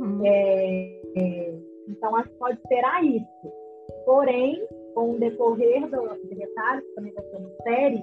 Então, acho que pode esperar isso. Porém, com o decorrer dos detalhes, que também vai ser uma série,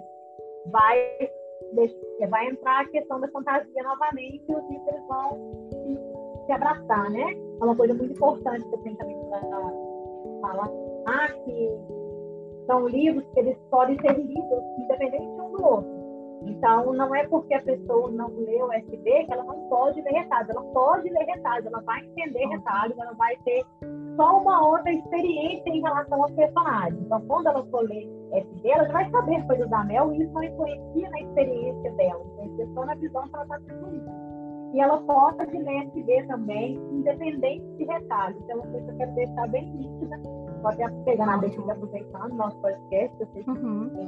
vai entrar a questão da fantasia novamente e os livros vão se abraçar, né? É uma coisa muito importante que eu tenho também para falar, que são livros que eles podem ser lidos independente um do outro. Então, não é porque a pessoa não leu o SB que ela não pode ler retalhos. Ela pode ler retalhos, ela vai entender retalhos, ela vai ter só uma outra experiência em relação aos personagens. Então, quando ela for ler SB, ela já vai saber coisas da Mel e isso não influencia na experiência dela. Influencia só na visão que ela está tendo. E ela pode ler SB também, independente de retalhos. Então, é uma coisa que eu quero deixar bem nítida. Vou até pegar na deixa de aproveitando o nosso podcast, eu sei que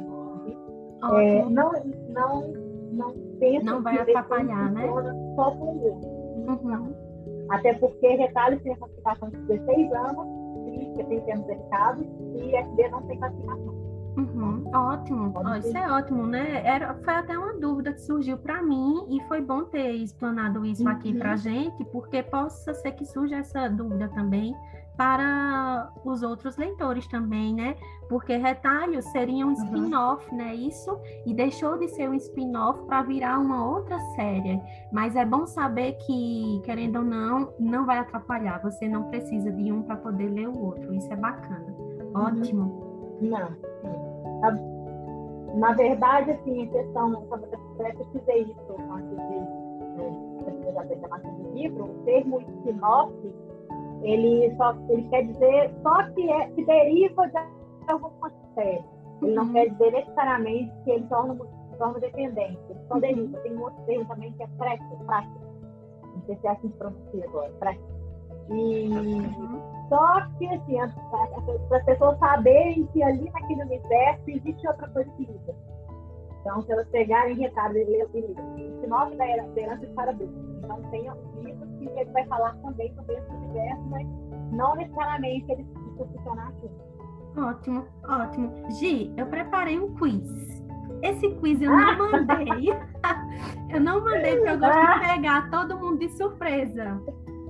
não pensa não vai que atrapalhar, né? Só com o outro. Até porque retalhos tem a classificação de 16 anos, que tem termos delicados, e SB não tem classificação. Ótimo, isso é ótimo, né? Foi até uma dúvida que surgiu para mim e foi bom ter explanado isso aqui para a gente, porque possa ser que surja essa dúvida também para os outros leitores também, né? Porque Retalhos seria um spin-off, né? Isso, e deixou de ser um spin-off para virar uma outra série. Mas é bom saber que, querendo ou não, não vai atrapalhar. Você não precisa de um para poder ler o outro. Isso é bacana. Ótimo. Não. Na verdade, assim, em questão, eu pesquisei isso antes de fazer a gravação do livro, o termo spin-off, ele quer dizer só que deriva de alguma série. Ele não quer dizer necessariamente que ele torna dependente, ele só deriva. Tem um outro termo também que é prática. Não sei se é assim que pronuncia agora, prática. E só que, assim, para as pessoas saberem que ali naquele universo existe outra coisa que liga. Então, se elas pegarem retalhos e lerem o livro, o spin-off da herança de Sarah Brooks. Então, tem um livro que ele vai falar também sobre esse universo, mas não necessariamente ele se posicionar aqui. Ótimo, ótimo. Gi, eu preparei um quiz. Esse quiz eu não mandei. Eu não mandei porque eu gosto de pegar todo mundo de surpresa.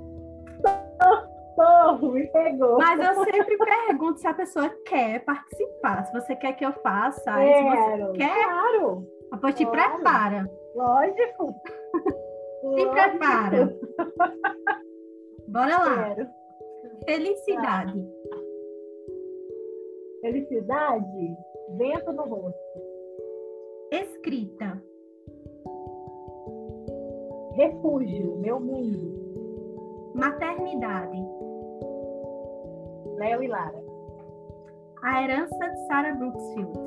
Me pegou. Mas eu sempre pergunto se a pessoa quer participar. Se você quer que eu faça, quero, se você quer, claro. Depois te prepara. Lógico. Se prepara. Bora lá. Quero. Felicidade. Felicidade, vento no rosto. Escrita. Refúgio, meu mundo. Maternidade. Léo e Lara. A herança de Sarah Brooksfield.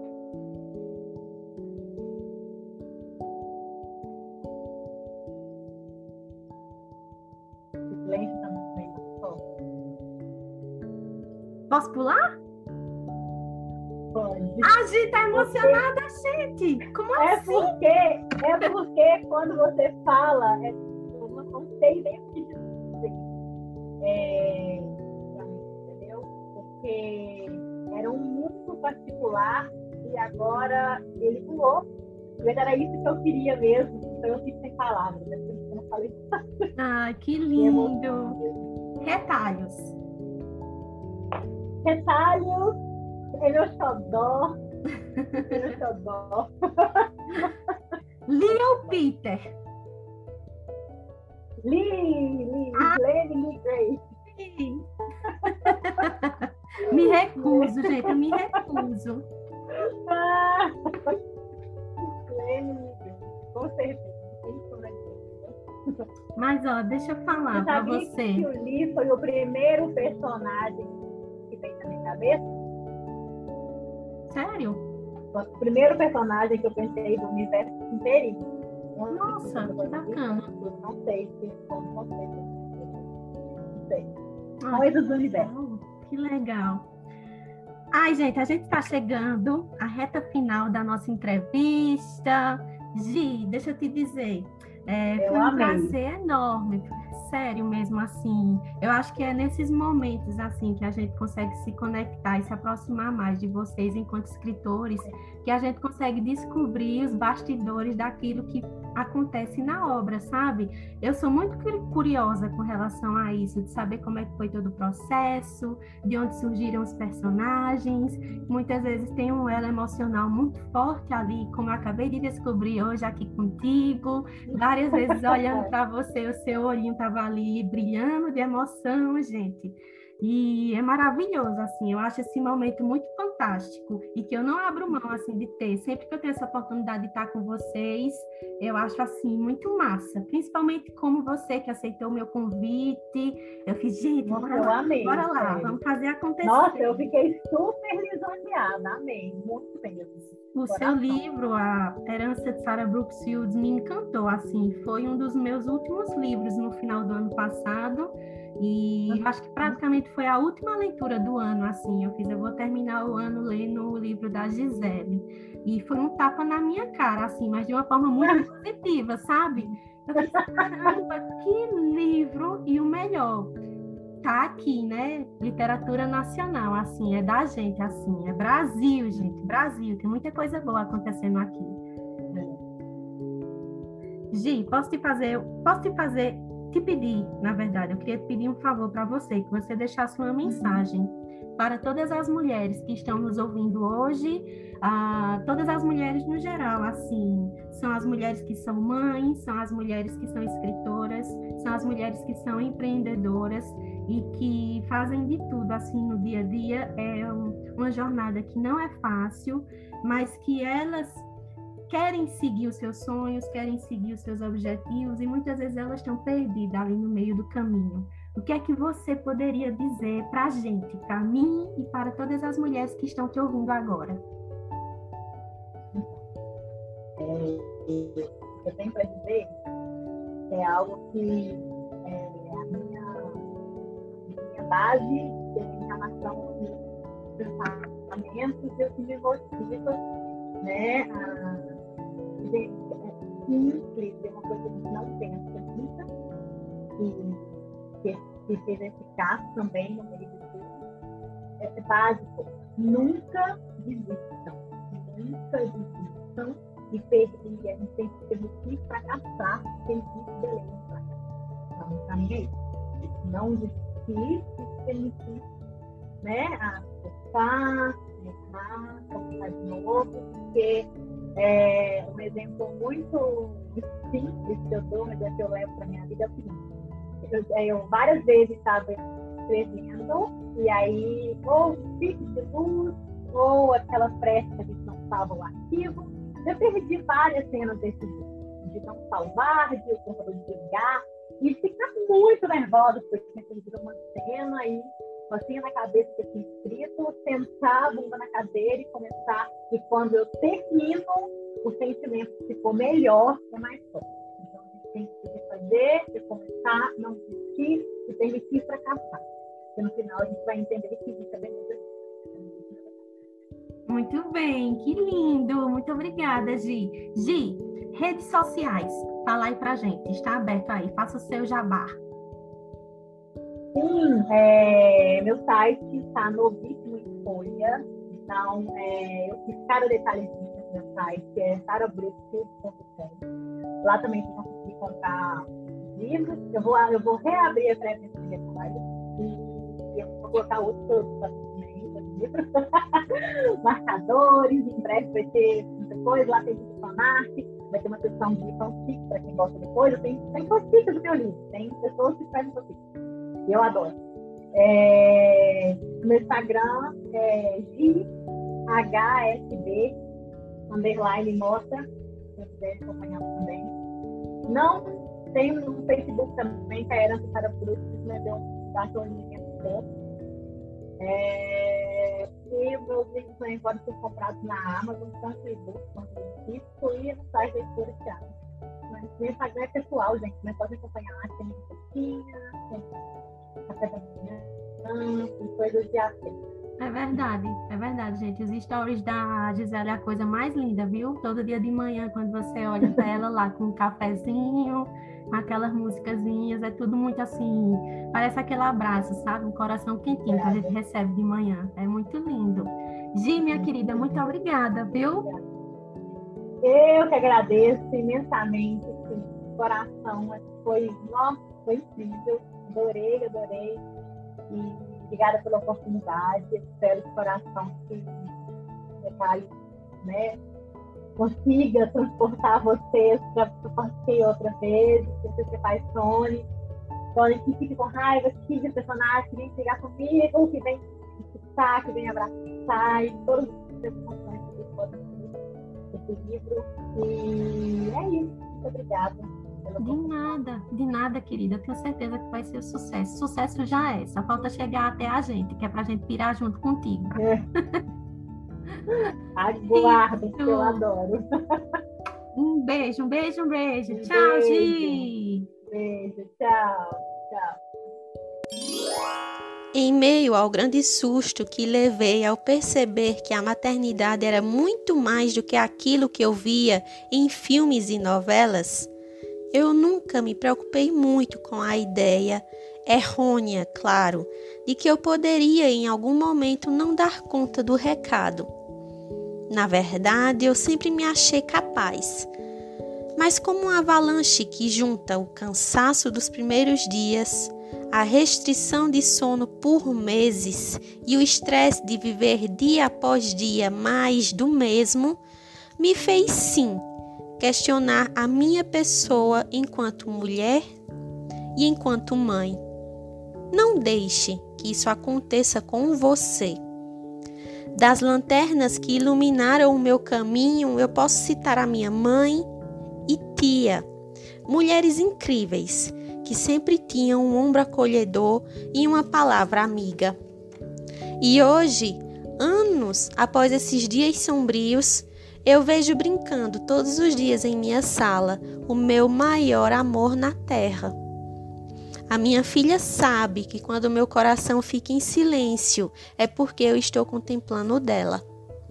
Silêncio também. Posso pular? Pode. A gente tá emocionada, gente! Como assim? É porque quando você fala, eu não sei nem o que dizer. Entendeu? Porque era um mundo particular e agora ele pulou. Mas era isso que eu queria mesmo. Então eu fico sem palavras. Eu não falei nada. Ah, que lindo! Retalhos. Retalhos. É meu xodó. É meu xodó. Little Peter. Lê, Grace. Me recuso, gente, eu me recuso. Com certeza. Mas, ó, deixa eu falar para você. Que o Lee foi o primeiro personagem que veio na minha cabeça? Sério? O primeiro personagem que eu pensei do universo inteirinho. Nossa, que bacana. Não sei se não sei. Coisas do universo. Que legal. Ai, gente, a gente está chegando à reta final da nossa entrevista. Gi, deixa eu te dizer, foi um prazer enorme, sério mesmo, assim. Eu acho que é nesses momentos, assim, que a gente consegue se conectar e se aproximar mais de vocês enquanto escritores, que a gente consegue descobrir os bastidores daquilo que acontece na obra, sabe? Eu sou muito curiosa com relação a isso, de saber como é que foi todo o processo, de onde surgiram os personagens. Muitas vezes tem um elo emocional muito forte ali, como eu acabei de descobrir hoje aqui contigo. Várias vezes olhando para você, o seu olhinho estava ali brilhando de emoção, gente. E é maravilhoso, assim, eu acho esse momento muito fantástico e que eu não abro mão, assim, de ter. Sempre que eu tenho essa oportunidade de estar com vocês, eu acho, assim, muito massa. Principalmente como você que aceitou o meu convite. Eu fiz, gente, bora lá, vamos fazer acontecer. Nossa, eu fiquei super lisonjeada, amei, muito mesmo. O seu livro, A Herança de Sarah Brooks Fields, me encantou, assim, foi um dos meus últimos livros no final do ano passado. E acho que praticamente foi a última leitura do ano, assim, eu vou terminar o ano lendo o livro da Gisele, e foi um tapa na minha cara, assim, mas de uma forma muito positiva, sabe? Eu fiz, caramba, que livro, e o melhor, tá aqui, né? Literatura nacional, assim, é da gente, assim, é Brasil, gente, Brasil, tem muita coisa boa acontecendo aqui. Gi, posso te pedir, na verdade, eu queria pedir um favor para você, que você deixasse uma mensagem para todas as mulheres que estão nos ouvindo hoje, todas as mulheres no geral, assim, são as mulheres que são mães, são as mulheres que são escritoras, são as mulheres que são empreendedoras e que fazem de tudo, assim, no dia a dia. É uma jornada que não é fácil, mas que elas querem seguir os seus sonhos, querem seguir os seus objetivos e muitas vezes elas estão perdidas ali no meio do caminho. O que é que você poderia dizer para a gente, para mim e para todas as mulheres que estão te ouvindo agora? Eu tenho para dizer é algo que a minha base em relação aos pensamentos e o que me motiva, né? É simples, é uma coisa que não pensa muita e que seja eficaz também no meio de tudo. É básico. Nunca desistam e perder. A gente tem que permitir fracassar, permitir beleza fracassar. Então, para mim, não desistir e permitir, né, a começar, começar de novo, porque um exemplo muito simples que eu dou, mas é que eu levo para minha vida é o seguinte: eu várias vezes estava escrevendo e aí ou fique de luz ou aquelas pressas que a gente não salva o arquivo. Eu perdi várias cenas desse livro, de não salvar, de o computador desligar e ficar muito nervosa porque eu tinha perdido uma cena e assim na cabeça que eu tinha escrito, sentar a bunda na cadeira e começar. E quando eu termino, o sentimento ficou melhor e mais forte. Então a gente tem que refazer, recomeçar, não desistir e permitir fracassar. Porque no final a gente vai entender que isso é beleza. Muito bem, que lindo! Muito obrigada, Gi. Gi, redes sociais, fala aí pra gente, está aberto aí, faça o seu jabá. Sim, meu site está novíssimo em folha, então eu fiz cada detalhezinho no meu site, é sarahbrooksfields.com. Lá também vocês vão conseguir comprar livros. Eu vou reabrir a pré-venda de retalho e eu vou colocar outros livros, marcadores, em breve vai ter muita coisa, lá tem muito fanart, vai ter uma sessão de fanfic para quem gosta de coisa. Tem fanfic do meu livro, tem pessoas que escrevem fanfic. E eu adoro. No meu Instagram é JHSB_Mota, se você quiser acompanhar também. Não tem no Facebook também, que é Herança para Frutos, mas é um cachorrinho bom. E os meus livros também podem ser comprados na Amazon, tanto e-book quanto físico, e no site da Editora Teatro. Mas meu Instagram é pessoal, gente, mas pode acompanhar lá, tem fotinha, tem café da manhã, tem coisas de afeto. É verdade, gente. Os stories da Gisele é a coisa mais linda, viu? Todo dia de manhã, quando você olha para ela lá com um cafezinho, com aquelas musicazinhas, é tudo muito assim, parece aquele abraço, sabe? Um coração quentinho que a gente recebe de manhã. É muito lindo. Gi, minha querida, muito obrigada, viu? Eu que agradeço imensamente, assim, coração, foi incrível, adorei. E obrigada pela oportunidade. Espero de coração que o pai, né, consiga transportar vocês para participar outra vez, que você se apaixone. Então, a gente fique com raiva, que de personagem que vem pegar comigo, que vem escutar, que vem abraçar, e todas as emoções que vocês podem ter desse livro. E é isso. Muito obrigada. De nada, querida. Eu tenho certeza que vai ser sucesso. Sucesso já é, só falta chegar até a gente, que é pra gente pirar junto contigo. Aguardo, que eu adoro. Um beijo. Tchau, Gi. Beijo, tchau. Em meio ao grande susto que levei ao perceber que a maternidade era muito mais do que aquilo que eu via em filmes e novelas, eu nunca me preocupei muito com a ideia, errônea, claro, de que eu poderia em algum momento não dar conta do recado. Na verdade, eu sempre me achei capaz. Mas como uma avalanche que junta o cansaço dos primeiros dias, a restrição de sono por meses e o estresse de viver dia após dia mais do mesmo, me fez sim questionar a minha pessoa enquanto mulher e enquanto mãe. Não deixe que isso aconteça com você. Das lanternas que iluminaram o meu caminho, eu posso citar a minha mãe e tia, mulheres incríveis que sempre tinham um ombro acolhedor e uma palavra amiga. E hoje, anos após esses dias sombrios, eu vejo brincando todos os dias em minha sala o meu maior amor na terra. A minha filha sabe que quando meu coração fica em silêncio é porque eu estou contemplando o dela.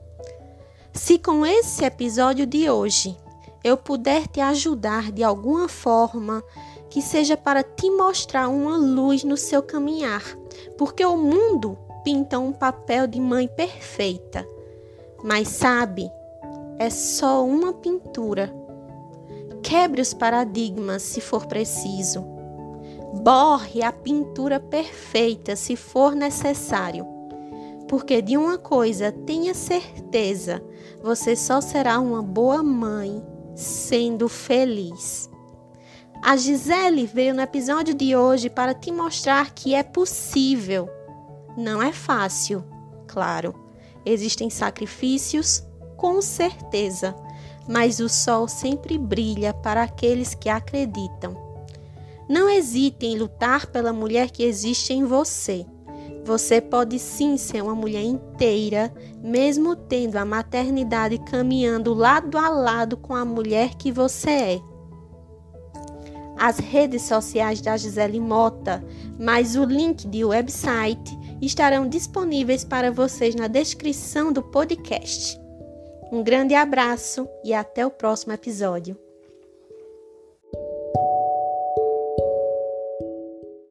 Se com esse episódio de hoje eu puder te ajudar de alguma forma, que seja para te mostrar uma luz no seu caminhar, porque o mundo pinta um papel de mãe perfeita, mas sabe, é só uma pintura. Quebre os paradigmas se for preciso. Borre a pintura perfeita se for necessário. Porque de uma coisa tenha certeza, você só será uma boa mãe sendo feliz. A Gisele veio no episódio de hoje para te mostrar que é possível. Não é fácil, claro. Existem sacrifícios, com certeza, mas o sol sempre brilha para aqueles que acreditam. Não hesite em lutar pela mulher que existe em você. Você pode sim ser uma mulher inteira, mesmo tendo a maternidade caminhando lado a lado com a mulher que você é. As redes sociais da Gisele Mota, mais o link de website, estarão disponíveis para vocês na descrição do podcast. Um grande abraço e até o próximo episódio.